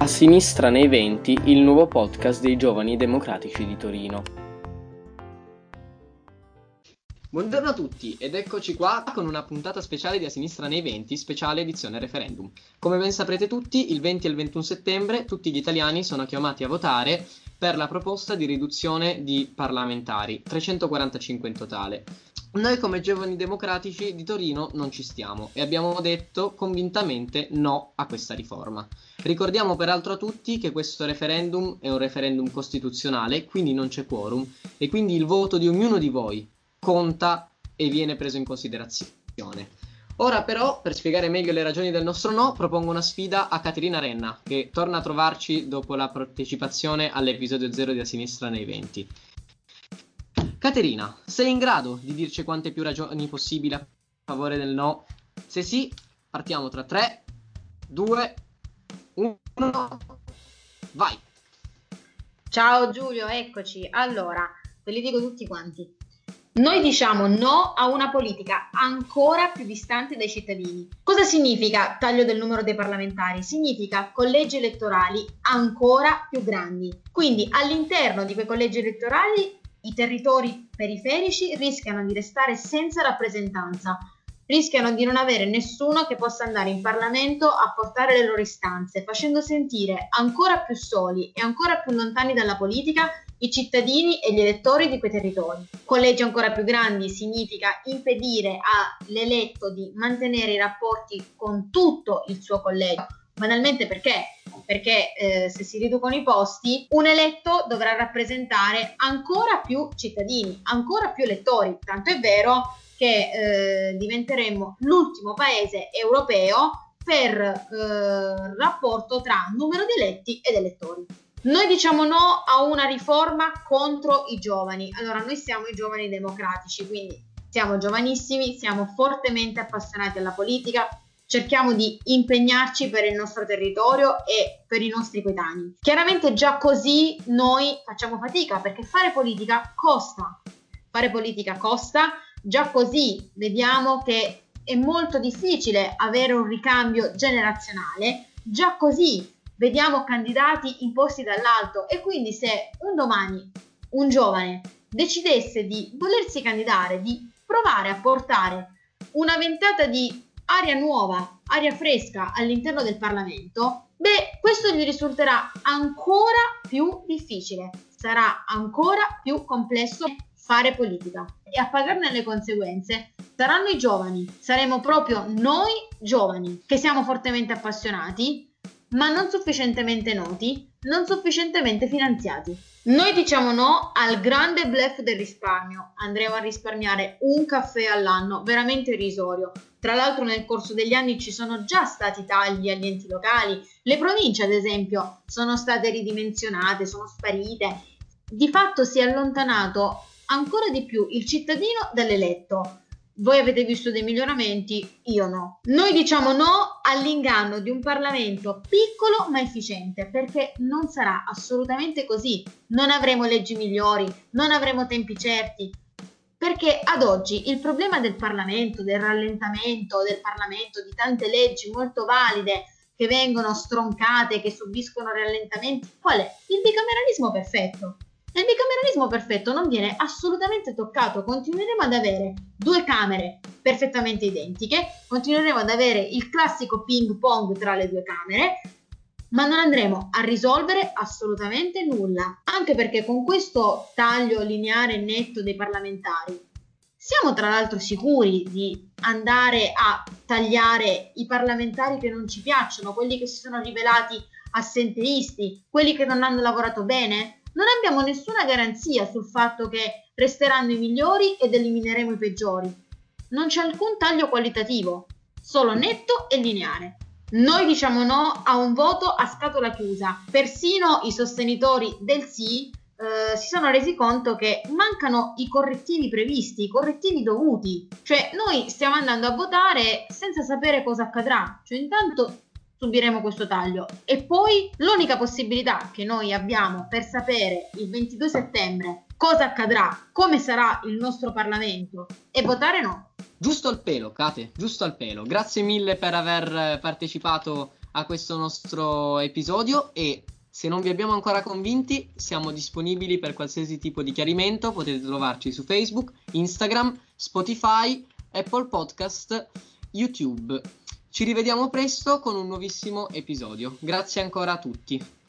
A Sinistra nei Venti, il nuovo podcast dei Giovani Democratici di Torino. Buongiorno a tutti ed eccoci qua con una puntata speciale di A Sinistra nei Venti, speciale edizione referendum. Come ben saprete tutti, il 20 e il 21 settembre tutti gli italiani sono chiamati a votare per la proposta di riduzione di parlamentari, 345 in totale. Noi come Giovani Democratici di Torino non ci stiamo e abbiamo detto convintamente no a questa riforma. Ricordiamo peraltro a tutti che questo referendum è un referendum costituzionale, quindi non c'è quorum e quindi il voto di ognuno di voi conta e viene preso in considerazione. Ora però, per spiegare meglio le ragioni del nostro no, propongo una sfida a Caterina Renna, che torna a trovarci dopo la partecipazione all'episodio 0 di A Sinistra nei Venti. Caterina, sei in grado di dirci quante più ragioni possibili a favore del no? Se sì, partiamo tra 3, 2, 1, vai! Ciao Giulio, eccoci. Allora, ve li dico tutti quanti. Noi diciamo no a una politica ancora più distante dai cittadini. Cosa significa taglio del numero dei parlamentari? Significa collegi elettorali ancora più grandi. Quindi all'interno di quei collegi elettorali i territori periferici rischiano di restare senza rappresentanza, rischiano di non avere nessuno che possa andare in Parlamento a portare le loro istanze, facendo sentire ancora più soli e ancora più lontani dalla politica i cittadini e gli elettori di quei territori. Collegi ancora più grandi significa impedire all'eletto di mantenere i rapporti con tutto il suo collegio. Banalmente perché se si riducono i posti, un eletto dovrà rappresentare ancora più cittadini, ancora più elettori, tanto è vero che diventeremo l'ultimo paese europeo per rapporto tra numero di eletti ed elettori. Noi diciamo no a una riforma contro i giovani. Allora, noi siamo i Giovani Democratici, quindi siamo giovanissimi, siamo fortemente appassionati alla politica, cerchiamo di impegnarci per il nostro territorio e per i nostri coetanei. Chiaramente già così noi facciamo fatica perché fare politica costa. Già così vediamo che è molto difficile avere un ricambio generazionale, già così vediamo candidati imposti dall'alto e quindi se un domani un giovane decidesse di volersi candidare, di provare a portare una ventata di aria nuova, aria fresca all'interno del Parlamento, questo gli risulterà ancora più difficile, sarà ancora più complesso fare politica e a pagarne le conseguenze saranno i giovani, saremo proprio noi giovani che siamo fortemente appassionati ma non sufficientemente noti, non sufficientemente finanziati. Noi diciamo no al grande bluff del risparmio, andremo a risparmiare un caffè all'anno, veramente irrisorio. Tra l'altro nel corso degli anni ci sono già stati tagli agli enti locali, le province ad esempio sono state ridimensionate, sono sparite. Di fatto si è allontanato ancora di più il cittadino dall'eletto. Voi avete visto dei miglioramenti, io no. Noi diciamo no all'inganno di un Parlamento piccolo ma efficiente, perché non sarà assolutamente così. Non avremo leggi migliori, non avremo tempi certi, perché ad oggi il problema del Parlamento, del rallentamento del Parlamento, di tante leggi molto valide che vengono stroncate, che subiscono rallentamenti, qual è? Il bicameralismo perfetto. Il bicameralismo perfetto non viene assolutamente toccato, continueremo ad avere due camere perfettamente identiche, continueremo ad avere il classico ping pong tra le due camere, ma non andremo a risolvere assolutamente nulla, anche perché con questo taglio lineare netto dei parlamentari siamo tra l'altro sicuri di andare a tagliare i parlamentari che non ci piacciono, quelli che si sono rivelati assenteisti, quelli che non hanno lavorato bene? Non abbiamo nessuna garanzia sul fatto che resteranno i migliori ed elimineremo i peggiori. Non c'è alcun taglio qualitativo, solo netto e lineare. Noi diciamo no a un voto a scatola chiusa. Persino i sostenitori del sì si sono resi conto che mancano i correttivi previsti, i correttivi dovuti. Cioè noi stiamo andando a votare senza sapere cosa accadrà. Cioè intanto subiremo questo taglio e poi l'unica possibilità che noi abbiamo per sapere il 22 settembre cosa accadrà, come sarà il nostro Parlamento è votare no. Giusto al pelo, Kate, giusto al pelo. Grazie mille per aver partecipato a questo nostro episodio e se non vi abbiamo ancora convinti siamo disponibili per qualsiasi tipo di chiarimento, potete trovarci su Facebook, Instagram, Spotify, Apple Podcast, YouTube. Ci rivediamo presto con un nuovissimo episodio. Grazie ancora a tutti.